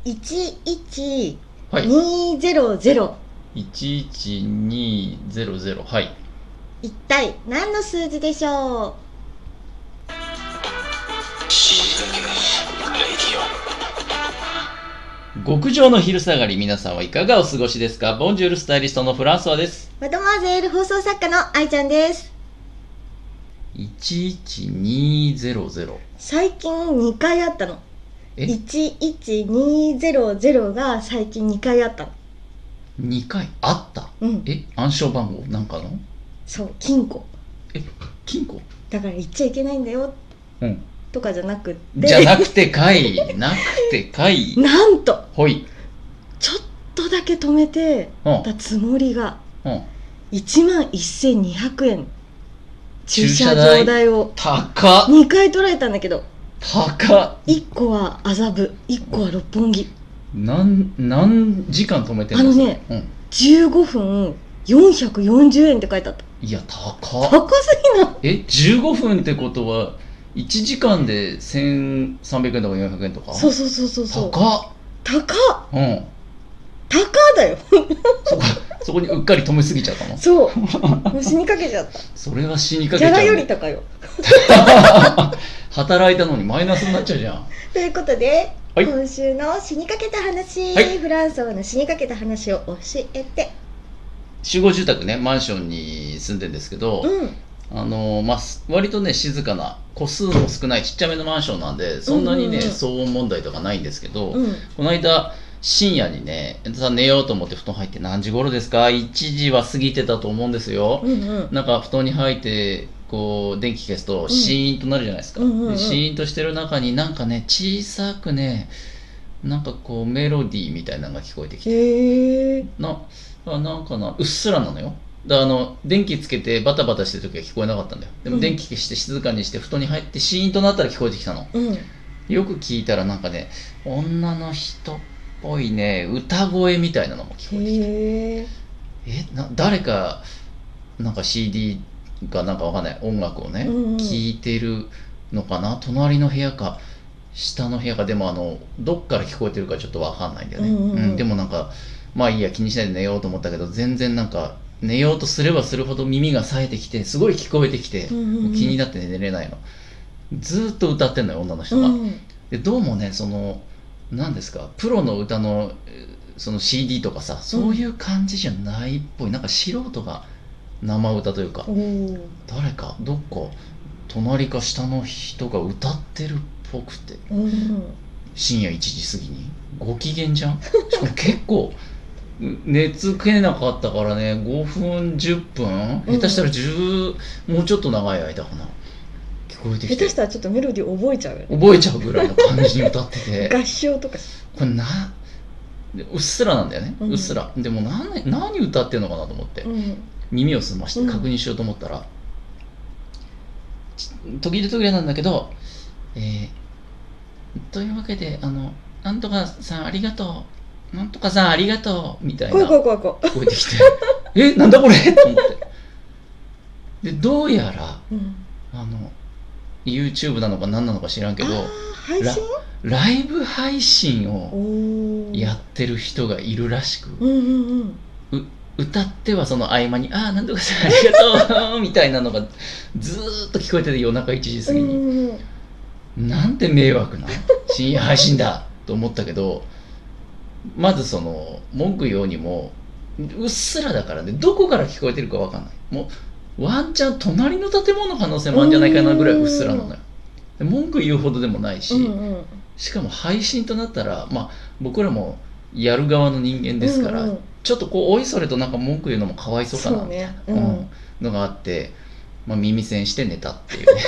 はい、 11200。 11200。はい。 一体何の数字でしょう？ 極上の昼下がり、皆さんはいかがお過ごしですか？ボンジュール、スタイリストのフランソワです。 マドモアゼール放送作家の愛ちゃんです。 11200。 最近2回あったの。 え 11200が最近2回あったの。 2回あった？暗証番号なんかの？ そう、金庫。 金庫？ だから言っちゃいけないんだよ、とかじゃなくって。 じゃなくてかい。 なんとほい。 ちょっとだけ止めてたつもりが、11,200円駐車場代を高っ。 2回取られたんだけど、 高っ。 1個は麻布、1個は六本木。 何時間止めてんの？ 15分440円って書いてあった。 いや、高すぎない？ 15分ってことは1時間で1300円とか400円とか？ そう。高だよそこにうっかり止めすぎちゃったの？ そう、もう死にかけちゃった。 それは死にかけちゃう、 ギャラより高いよ働いたのにマイナスになっちゃうじゃん。 ということで、 はい、 今週の死にかけた話、フランソワの死にかけた話を教えて。 集合住宅ね、マンションに住んでるんですけど、割とね静かな、戸数も少ないちっちゃめのマンションなんで、そんなにね、騒音問題とかないんですけど、この間深夜にね、寝ようと思って布団入って、何時頃ですか？1時は過ぎてたと思うんですよ。なんか布団に入ってこう電気消すとシーンとなるじゃないですか。でシーンとしてる中になんかね、小さくね、なんかこうメロディーみたいなのが聞こえてきて、なんかな、うっすらなのよ。電気つけてバタバタしてる時は聞こえなかったんだよ。でも電気消して静かにして布団に入ってシーンとなったら聞こえてきたの。よく聞いたらなんかね、女の人っぽいね、歌声みたいなのも聞こえてきて、誰かなんか CD かなんかわかんない音楽をね、聞いてるのかな。隣の部屋か下の部屋か、でもどっから聞こえてるかちょっとわかんないんだよね。でもなんかまあいいや、気にしないで寝ようと思ったけど、全然なんか寝ようとすればするほど耳が冴えてきて、すごい聞こえてきて、気になって寝れないの。ずっと歌ってんのよ、女の人が。でどうもね、何ですか、プロの歌のその CD とかさ、そういう感じじゃないっぽい。なんか素人が生歌というか、誰かどっか隣か下の人が歌ってるっぽくて、深夜1時過ぎにご機嫌じゃん。しかも結構寝つけなかったからね、5分10分、下手したら10、もうちょっと長い間かな、聞こえてきて、 下手したらちょっとメロディー覚えちゃうよね。 覚えちゃうぐらいの感じに歌ってて合唱とかこれうっすらなんだよね、うっすら。でも何歌ってんのかなと思って、耳を澄まして確認しようと思ったら、途切れ途切れなんだけど、というわけでなんとかさんありがとう、なんとかさんありがとうみたいな聞こえてきてなんだこれと思って。でどうやら、YouTube なのか何なのか知らんけど、ライブ配信をやってる人がいるらしく、歌ってはその合間になんとかさんありがとうみたいなのがずーっと聞こえてて、夜中1時過ぎに、なんて迷惑な深夜配信だと思ったけど、まず文句言おうにもうっすらだからね、どこから聞こえてるか分かんない。もうワンチャン隣の建物の可能性もあるんじゃないかなぐらいうっすらなのよ。文句言うほどでもないし、しかも配信となったら、僕らもやる側の人間ですから、ちょっとおいそれとなんか文句言うのもかわいそうかなみたいなのがあって、耳栓して寝たっていうね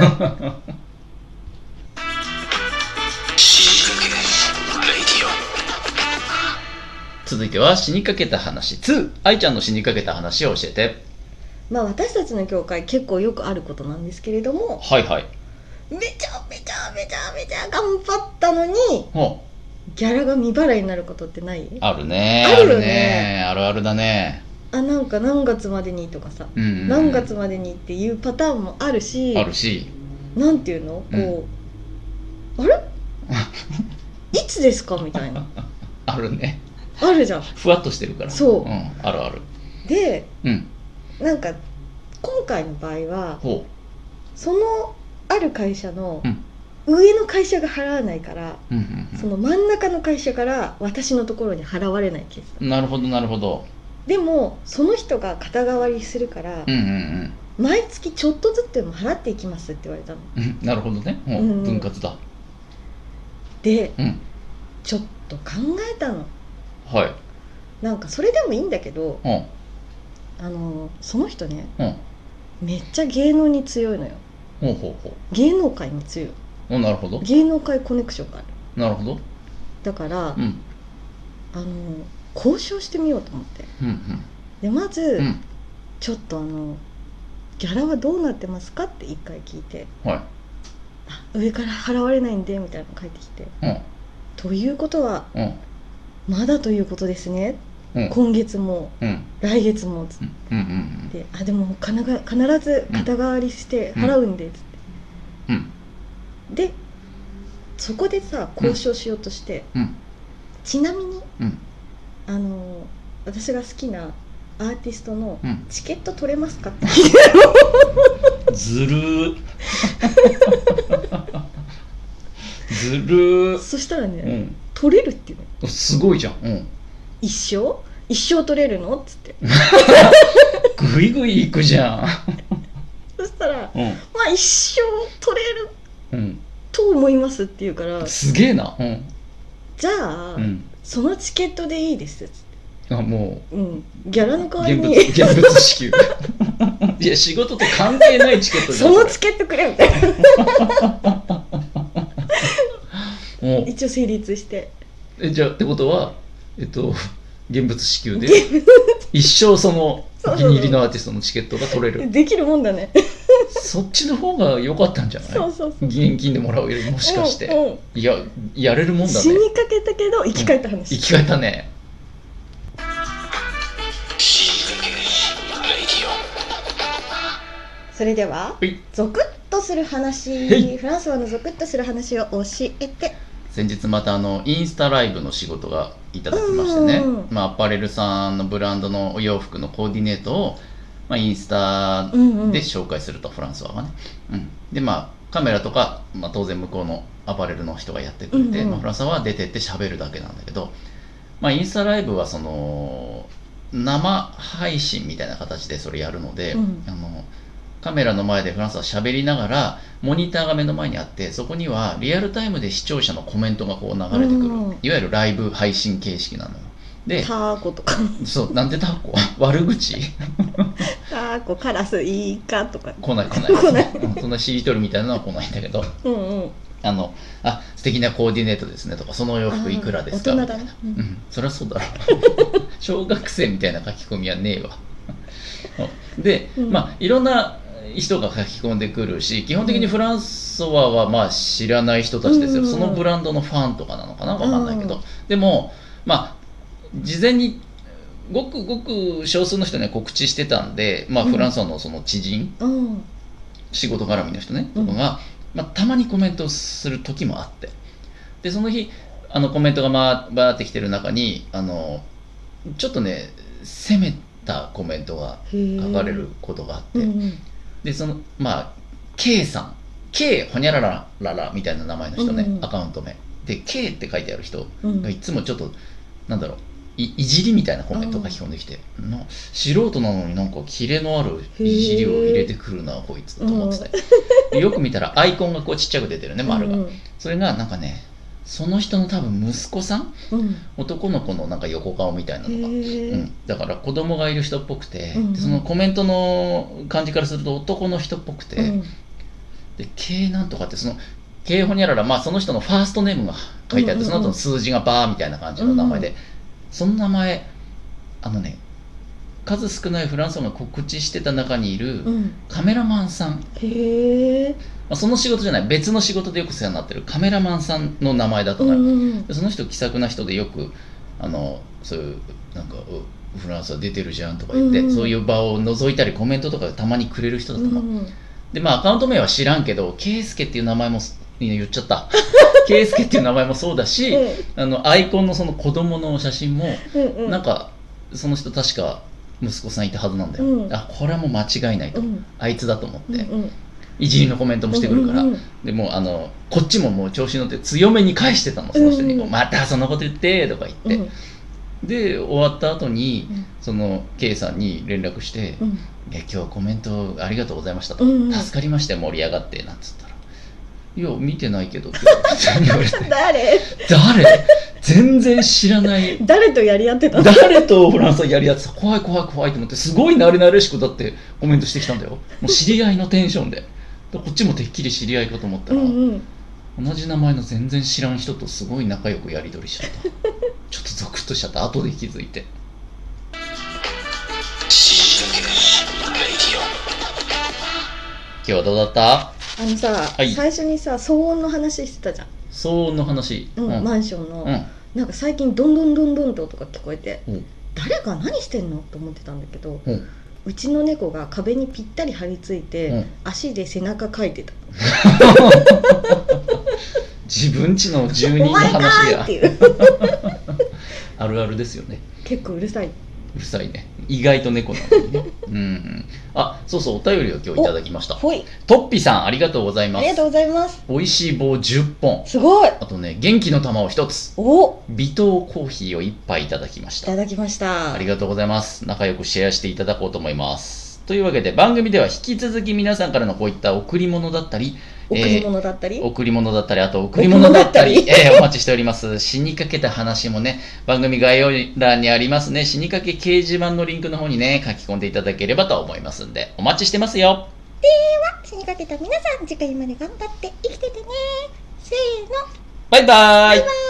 続いては死にかけた話2、愛ちゃんの死にかけた話を教えて。 私たちの業界結構よくあることなんですけれども、 はいはい、 めちゃ頑張ったのにギャラが未払いになることってない？ あるね。 あるよね。 あるあるだね。 なんか何月までにとかさ、何月までにっていうパターンもあるし、なんていうの、あれいつですかみたいな。 あるね。 あるじゃん。 ふわっとしてるから。 そう、 うん、あるある。 で、 うん、 なんか今回の場合はほそのある会社のうん上の会社が払わないから、 う、うんうんうん、 その真ん中の会社から私のところに払われないケースだ。 なるほどなるほど。 でもその人が肩代わりするから、 うんうん毎月ちょっとずつでも払っていきますって言われたの。 うん、なるほどね。もう分割だ。 で、 うん、 ちょっと考えたの。 はい。 なんかそれでもいいんだけど、 うん、 その人ね、 うん、 めっちゃ芸能に強いのよ。 ほうほうほ芸能界に強い。 う。なるほど。 芸能界コネクションがある。 なるほど。 だから、 うん、 交渉してみようと思って。 うんうん、 でまず、 うん、 ちょっとギャラはどうなってますかって一回聞いて、 はい。 上から払われないんでみたいなの返ってきて、 うん、 ということはうん、 まだということですね、 うん、 今月も、 うん、 来月もつっうん、うん、 て、でも必ず肩代わりして払うんでつって、 うん、 でそこでさ交渉しようとして、 うん、 ちなみに、 うん、 私が好きなアーティストのチケット取れますかってずるーずるー。 そしたらね、取れるっていうのすごいじゃん。 一生取れるのっつってぐいぐいいくじゃん。 そしたら、まあ一生取れる、と思いますって言うから、 すげえな。 じゃあ、そのチケットでいいですっつって、 もう、 ギャラの代わりに現物支給いや仕事と関係ないチケットじゃん。 そのチケットくれみたいな一応成立して、 じゃあってことは現物支給で一生そのお気に入りのアーティストのチケットが取れる。 できるもんだねそっちの方が良かったんじゃない？ そう現金でもらうよりもしかして、いややれるもんだね。 死にかけたけど生き返った話、 生き返ったね。 それではゾクッとする話、フランスはのゾクッとする話を教えて。 先日またインスタライブの仕事がいただきましてね、アパレルさんのブランドのお洋服のコーディネートを、インスタで紹介すると、フランスはね、でカメラとか、当然向こうのアパレルの人がやってくれて、フランスは出てって喋るだけなんだけど、インスタライブはその生配信みたいな形でそれやるので、カメラの前でフランスは喋りながらモニターが目の前にあって、そこにはリアルタイムで視聴者のコメントがこう流れてくる、いわゆるライブ配信形式なのよ。でターコとかそうなんでターコ悪口ターコカラスイイカとか来ないそんなしりとりみたいなのは来ないんだけど素敵なコーディネートですねとか、その洋服いくらですかみたいな、そりゃそうだろ小学生みたいな書き込みはねえわで、いろんな人が書き込んでくるし、基本的にフランソワは知らない人たちですよ、そのブランドのファンとかなのかな、分かんないけど、でも事前にごくごく少数の人には告知してたんで、フランスのその知人、仕事絡みの人ねとかが、たまにコメントをする時もあって、でその日コメントがバーってきてる中にちょっとね攻めたコメントが書かれることがあって、でそのK さん K ほにゃららららみたいな名前の人ね、アカウント名で K って書いてある人がいつもちょっとなんだろういじりみたいなコメントが基本できて、素人なのになんかキレのあるいじりを入れてくるなこいつと思ってて、よく見たらアイコンがこうちっちゃく出てるね、丸が。それがなんかね、その人の多分息子さん、男の子のなんか横顔みたいなのが、だから子供がいる人っぽくて、でそのコメントの感じからすると男の人っぽくて、で K なんとかってその K ほにゃらら、その人のファーストネームが書いてあって、その後の数字がバーみたいな感じの名前で、その名前数少ないフランス語が告知してた中にいるカメラマンさん、その仕事じゃない別の仕事でよく世話になってるカメラマンさんの名前だとか、その人気さくな人でよくそういうなんかフランスは出てるじゃんとか言って、そういう場を覗いたりコメントとかたまにくれる人だったの、でアカウント名は知らんけどケイスケっていう名前も言っちゃった圭介っていう名前もそうだし、アイコンのその子供の写真も、なんかその人確か息子さんいたはずなんだよ、あ、これはもう間違いないと、あいつだと思って、いじりのコメントもしてくるから、でもこっちももう調子に乗って強めに返してたの、その人に、またそんなこと言ってとか言って、で終わった後に、その K さんに連絡して、今日コメントありがとうございましたと、助かりましたよ、盛り上がってなんつったら、いや見てないけどって言われて誰全然知らない誰とやり合ってたの、 誰とフランスはやり合ってた、怖い怖い怖いと思って、すごい慣れ慣れしくだってコメントしてきたんだよ、もう知り合いのテンションで、こっちもてっきり知り合いかと思ったら、同じ名前の全然知らん人とすごい仲良くやり取りしちゃったちょっとゾクッとしちゃった、後で気づいて。今日はどうだった？ 最初にさ、騒音の話してたじゃん。 騒音の話、 マンションの、なんか最近どんどんどんどんって音が聞こえて、誰が何してんのと思ってたんだけど、うちの猫が壁にぴったり張り付いて、足で背中かいてた自分家の住人の話やっていうあるあるですよね。 結構うるさいね、意外と猫なのにねあ、そうそう、お便りを今日いただきました。トッピさん、ありがとうございます。 ありがとうございます。 おいしい棒10本、 すごい。 あとね、元気の玉を1つ、微糖コーヒーを1杯いただきました。 いただきました。 ありがとうございます。仲良くシェアしていただこうと思います。というわけで、番組では引き続き皆さんからのこういった贈り物だったり、あと贈り物だったり、お待ちしております。死にかけた話もね、番組概要欄にありますね、死にかけ掲示板のリンクの方にね、書き込んでいただければと思いますんで、お待ちしてますよ。 では、死にかけた皆さん、次回まで頑張って生きててね。せーの。 バイバーイ。